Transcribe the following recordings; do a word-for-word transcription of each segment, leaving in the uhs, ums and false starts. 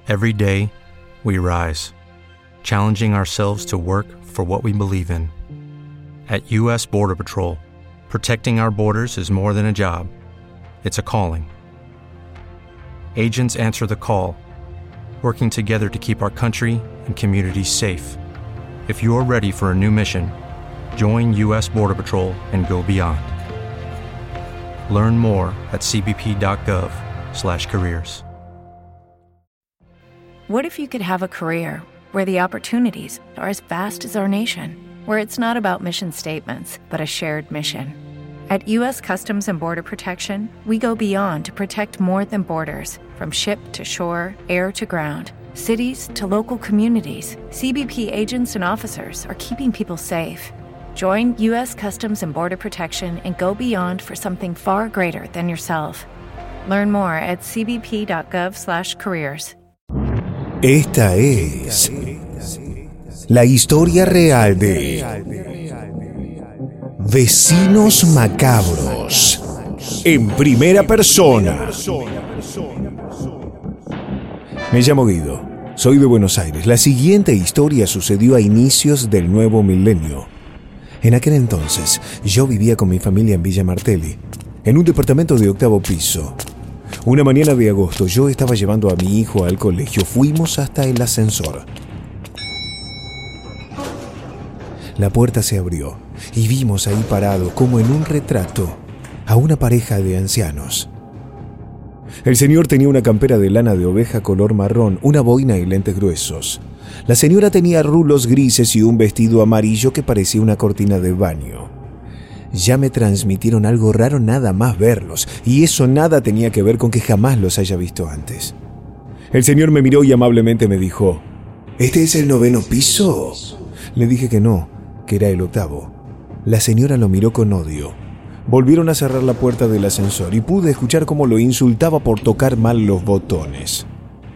Every day, we rise, challenging ourselves to work for what we believe in. At U S Border Patrol, protecting our borders is more than a job. It's a calling. Agents answer the call, working together to keep our country and communities safe. If you're ready for a new mission, join U S Border Patrol and go beyond. Learn more at cbp.gov slash careers. What if you could have a career where the opportunities are as vast as our nation, where it's not about mission statements, but a shared mission? At U S Customs and Border Protection, we go beyond to protect more than borders. From ship to shore, air to ground, cities to local communities, C B P agents and officers are keeping people safe. Join U S Customs and Border Protection and go beyond for something far greater than yourself. Learn more at cbp.gov slash careers. Esta es la historia real de Vecinos Macabros en primera persona. Me llamo Guido, soy de Buenos Aires. La siguiente historia sucedió a inicios del nuevo milenio. En aquel entonces, yo vivía con mi familia en Villa Martelli, en un departamento de octavo piso. Una mañana de agosto, yo estaba llevando a mi hijo al colegio. Fuimos hasta el ascensor. La puerta se abrió y vimos ahí parado, como en un retrato, a una pareja de ancianos. El señor tenía una campera de lana de oveja color marrón, una boina y lentes gruesos. La señora tenía rulos grises y un vestido amarillo que parecía una cortina de baño. Ya me transmitieron algo raro nada más verlos, y eso nada tenía que ver con que jamás los haya visto antes. El señor me miró y amablemente me dijo: ¿este es el noveno piso? Le dije que no, que era el octavo. La señora lo miró con odio. Volvieron a cerrar la puerta del ascensor y pude escuchar cómo lo insultaba por tocar mal los botones.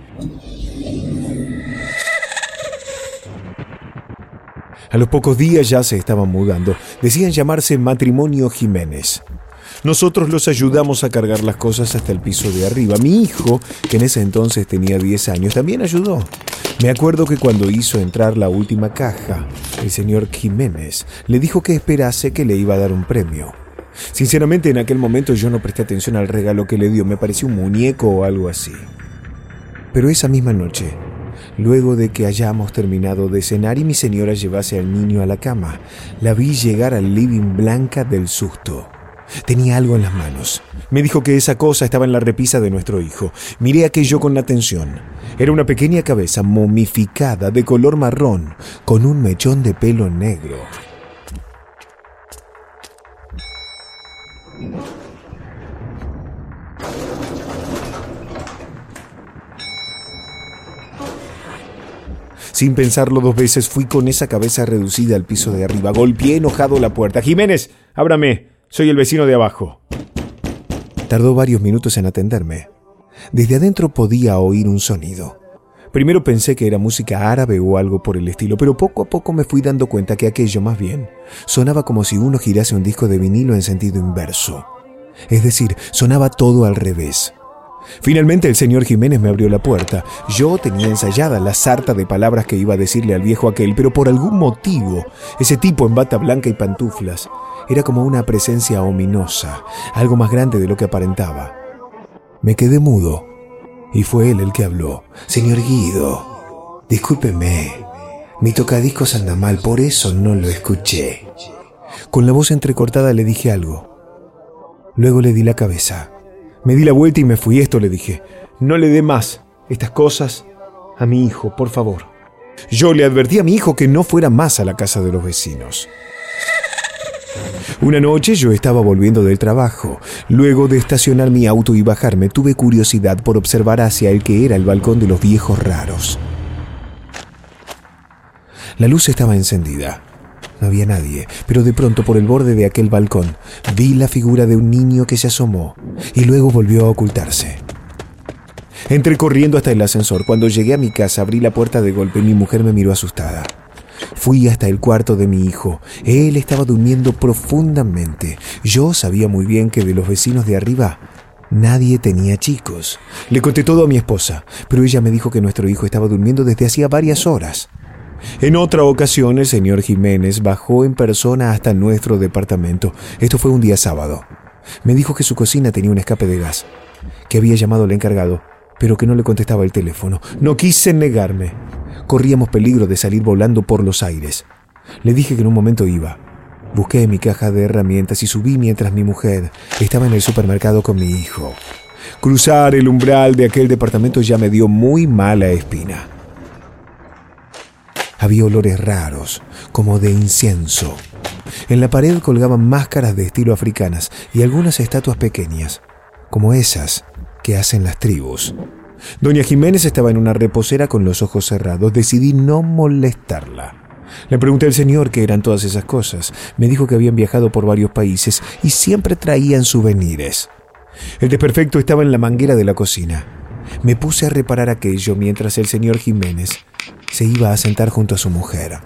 A los pocos días ya se estaban mudando. Decían llamarse Matrimonio Jiménez. Nosotros los ayudamos a cargar las cosas hasta el piso de arriba. Mi hijo, que en ese entonces tenía diez años, también ayudó. Me acuerdo que cuando hizo entrar la última caja, el señor Jiménez le dijo que esperase, que le iba a dar un premio. Sinceramente, en aquel momento yo no presté atención al regalo que le dio. Me pareció un muñeco o algo así. Pero esa misma noche, luego de que hayamos terminado de cenar y mi señora llevase al niño a la cama, la vi llegar al living blanca del susto. Tenía algo en las manos. Me dijo que esa cosa estaba en la repisa de nuestro hijo. Miré aquello con atención. Era una pequeña cabeza momificada de color marrón, con un mechón de pelo negro. Sin pensarlo dos veces, fui con esa cabeza reducida al piso de arriba. Golpeé enojado la puerta. «Jiménez, ábrame. Soy el vecino de abajo». Tardó varios minutos en atenderme. Desde adentro podía oír un sonido. Primero pensé que era música árabe o algo por el estilo, pero poco a poco me fui dando cuenta que aquello más bien sonaba como si uno girase un disco de vinilo en sentido inverso. Es decir, sonaba todo al revés. Finalmente el señor Jiménez me abrió la puerta. Yo tenía ensayada la sarta de palabras que iba a decirle al viejo aquel, pero por algún motivo, ese tipo en bata blanca y pantuflas era como una presencia ominosa, algo más grande de lo que aparentaba. Me quedé mudo y fue él el que habló. «Señor Guido, discúlpeme, mi tocadiscos anda mal, por eso no lo escuché». Con la voz entrecortada le dije algo. Luego le di la cabeza. Me di la vuelta y me fui. «Esto», le dije, «no le dé más estas cosas a mi hijo, por favor». Yo le advertí a mi hijo que no fuera más a la casa de los vecinos. Una noche yo estaba volviendo del trabajo. Luego de estacionar mi auto y bajarme, tuve curiosidad por observar hacia el que era el balcón de los viejos raros. La luz estaba encendida. No había nadie, pero de pronto por el borde de aquel balcón vi la figura de un niño que se asomó y luego volvió a ocultarse. Entré corriendo hasta el ascensor. Cuando llegué a mi casa abrí la puerta de golpe y mi mujer me miró asustada. Fui hasta el cuarto de mi hijo. Él estaba durmiendo profundamente. Yo sabía muy bien que de los vecinos de arriba Nadie tenía chicos. Le conté todo a mi esposa, pero ella me dijo que nuestro hijo estaba durmiendo desde hacía varias horas. En otra ocasión, el señor Jiménez bajó en persona hasta nuestro departamento. Esto fue un día sábado. Me dijo que su cocina tenía un escape de gas, que había llamado al encargado, pero que no le contestaba el teléfono. No quise negarme. Corríamos peligro de salir volando por los aires. Le dije que en un momento iba. Busqué mi caja de herramientas y subí mientras mi mujer estaba en el supermercado con mi hijo. Cruzar el umbral de aquel departamento ya me dio muy mala espina. Había olores raros, como de incienso. En la pared colgaban máscaras de estilo africanas y algunas estatuas pequeñas, como esas que hacen las tribus. Doña Jiménez estaba en una reposera con los ojos cerrados. Decidí no molestarla. Le pregunté al señor qué eran todas esas cosas. Me dijo que habían viajado por varios países y siempre traían souvenirs. El desperfecto estaba en la manguera de la cocina. Me puse a reparar aquello mientras el señor Jiménez se iba a sentar junto a su mujer.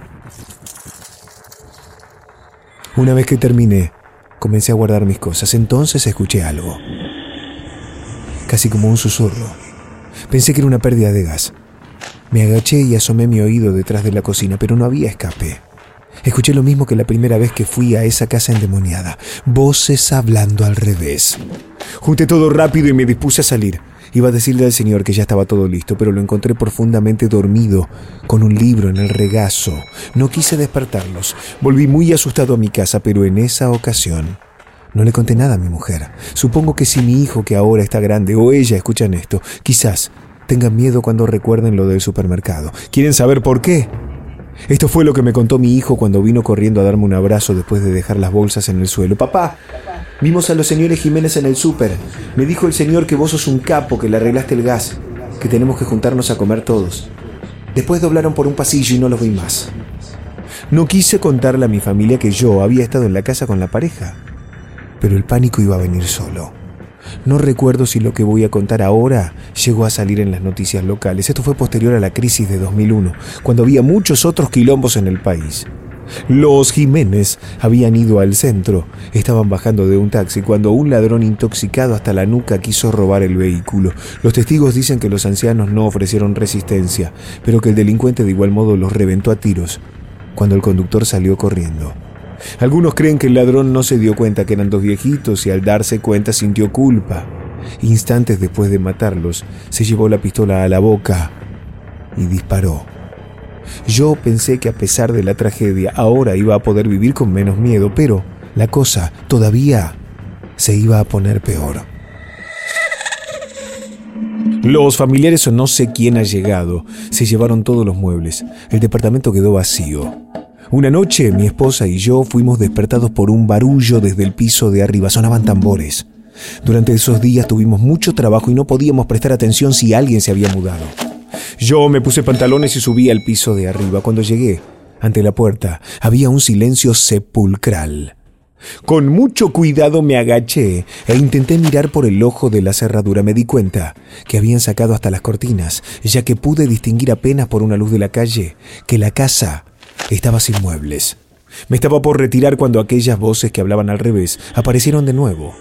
Una vez que terminé, comencé a guardar mis cosas. Entonces escuché algo, casi como un susurro. Pensé que era una pérdida de gas. Me agaché y asomé mi oído detrás de la cocina, pero no había escape. Escuché lo mismo que la primera vez que fui a esa casa endemoniada. Voces hablando al revés. Junté todo rápido y me dispuse a salir. Iba a decirle al señor que ya estaba todo listo, pero lo encontré profundamente dormido, con un libro en el regazo. No quise despertarlos. Volví muy asustado a mi casa, pero en esa ocasión no le conté nada a mi mujer. Supongo que si mi hijo, que ahora está grande, o ella escuchan esto, quizás tengan miedo cuando recuerden lo del supermercado. ¿Quieren saber por qué? Esto fue lo que me contó mi hijo cuando vino corriendo a darme un abrazo después de dejar las bolsas en el suelo. Papá, vimos a los señores Jiménez en el súper. Me dijo el señor que vos sos un capo, que le arreglaste el gas, que tenemos que juntarnos a comer todos. Después doblaron por un pasillo y no los vi más. No quise contarle a mi familia que yo había estado en la casa con la pareja, pero el pánico iba a venir solo. No recuerdo si lo que voy a contar ahora llegó a salir en las noticias locales. Esto fue posterior a la crisis de dos mil uno, cuando había muchos otros quilombos en el país. Los Jiménez habían ido al centro. Estaban bajando de un taxi cuando un ladrón intoxicado hasta la nuca quiso robar el vehículo. Los testigos dicen que los ancianos no ofrecieron resistencia, pero que el delincuente de igual modo los reventó a tiros cuando el conductor salió corriendo. Algunos creen que el ladrón no se dio cuenta que eran dos viejitos y al darse cuenta sintió culpa. Instantes después de matarlos, se llevó la pistola a la boca y disparó. Yo pensé que a pesar de la tragedia, ahora iba a poder vivir con menos miedo, pero la cosa todavía se iba a poner peor. Los familiares o no sé quién ha llegado, se llevaron todos los muebles. El departamento quedó vacío. Una noche, mi esposa y yo fuimos despertados por un barullo desde el piso de arriba. Sonaban tambores. Durante esos días tuvimos mucho trabajo y no podíamos prestar atención si alguien se había mudado. Yo me puse pantalones y subí al piso de arriba. Cuando llegué, ante la puerta, había un silencio sepulcral. Con mucho cuidado me agaché e intenté mirar por el ojo de la cerradura. Me di cuenta que habían sacado hasta las cortinas, ya que pude distinguir apenas por una luz de la calle que la casa estaba sin muebles. Me estaba por retirar cuando aquellas voces que hablaban al revés aparecieron de nuevo.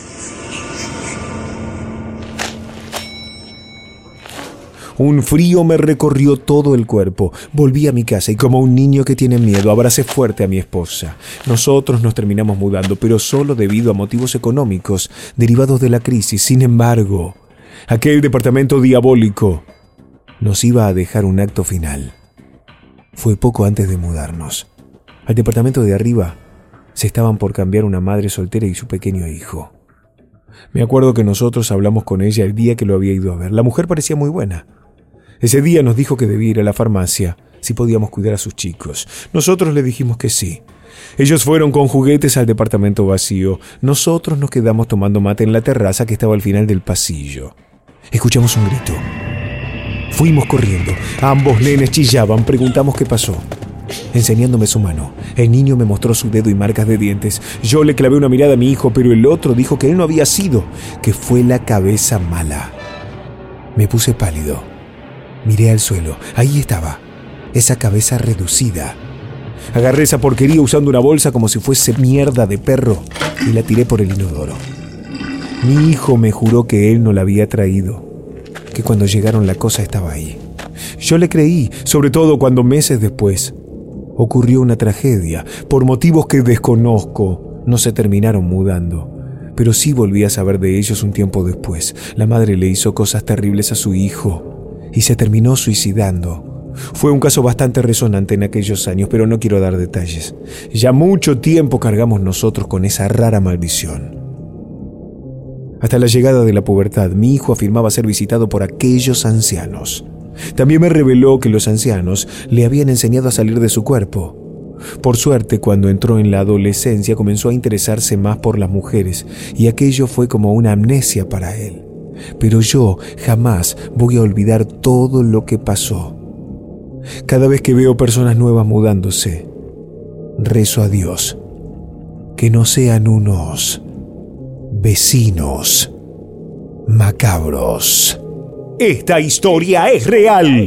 Un frío me recorrió todo el cuerpo. Volví a mi casa y, como un niño que tiene miedo, abracé fuerte a mi esposa. Nosotros nos terminamos mudando, pero solo debido a motivos económicos derivados de la crisis. Sin embargo, aquel departamento diabólico nos iba a dejar un acto final. Fue poco antes de mudarnos. Al departamento de arriba se estaban por cambiar una madre soltera y su pequeño hijo. Me acuerdo que nosotros hablamos con ella el día que lo había ido a ver. La mujer parecía muy buena. Ese día nos dijo que debía ir a la farmacia si podíamos cuidar a sus chicos. Nosotros le dijimos que sí. Ellos fueron con juguetes al departamento vacío. Nosotros nos quedamos tomando mate en la terraza que estaba al final del pasillo. Escuchamos un grito. Fuimos corriendo. Ambos nenes chillaban. Preguntamos qué pasó. Enseñándome su mano, el niño me mostró su dedo y marcas de dientes. Yo le clavé una mirada a mi hijo, pero el otro dijo que él no había sido, que fue la cabeza mala. Me puse pálido. Miré al suelo. Ahí estaba, esa cabeza reducida. Agarré esa porquería usando una bolsa como si fuese mierda de perro y la tiré por el inodoro. Mi hijo me juró que él no la había traído, que cuando llegaron la cosa estaba ahí. Yo le creí, sobre todo cuando meses después ocurrió una tragedia. Por motivos que desconozco, no se terminaron mudando, pero sí volví a saber de ellos un tiempo después. La madre le hizo cosas terribles a su hijo y se terminó suicidando. Fue un caso bastante resonante en aquellos años, pero no quiero dar detalles. Ya mucho tiempo cargamos nosotros con esa rara maldición. Hasta la llegada de la pubertad, mi hijo afirmaba ser visitado por aquellos ancianos. También me reveló que los ancianos le habían enseñado a salir de su cuerpo. Por suerte, cuando entró en la adolescencia, comenzó a interesarse más por las mujeres, y aquello fue como una amnesia para él. Pero yo jamás voy a olvidar todo lo que pasó. Cada vez que veo personas nuevas mudándose, rezo a Dios que no sean unos vecinos macabros. Esta historia es real.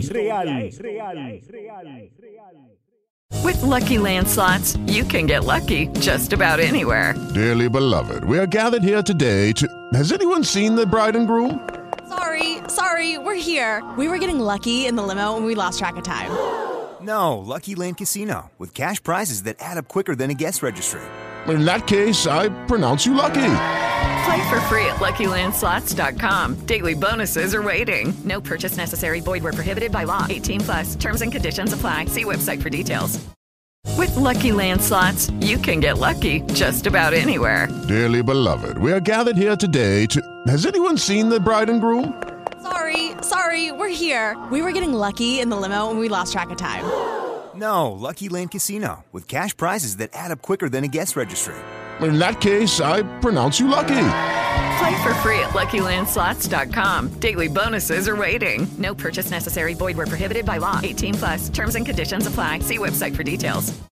With Lucky Land Slots, you can get lucky just about anywhere. Dearly beloved, we are gathered here today to... Has anyone seen the bride and groom? Sorry, sorry, we're here. We were getting lucky in the limo and we lost track of time. No, Lucky Land Casino, with cash prizes that add up quicker than a guest registry. In that case, I pronounce you lucky. Play for free at Lucky Land Slots dot com. Daily bonuses are waiting. No purchase necessary. Void where prohibited by law. eighteen plus. Terms and conditions apply. See website for details. With Lucky Land Slots, you can get lucky just about anywhere. Dearly beloved, we are gathered here today to... Has anyone seen the bride and groom? Sorry, sorry, we're here. We were getting lucky in the limo and we lost track of time. No, Lucky Land Casino, with cash prizes that add up quicker than a guest registry. In that case, I pronounce you lucky. Play for free at Lucky Land Slots dot com. Daily bonuses are waiting. No purchase necessary. Void where prohibited by law. eighteen plus. Terms and conditions apply. See website for details.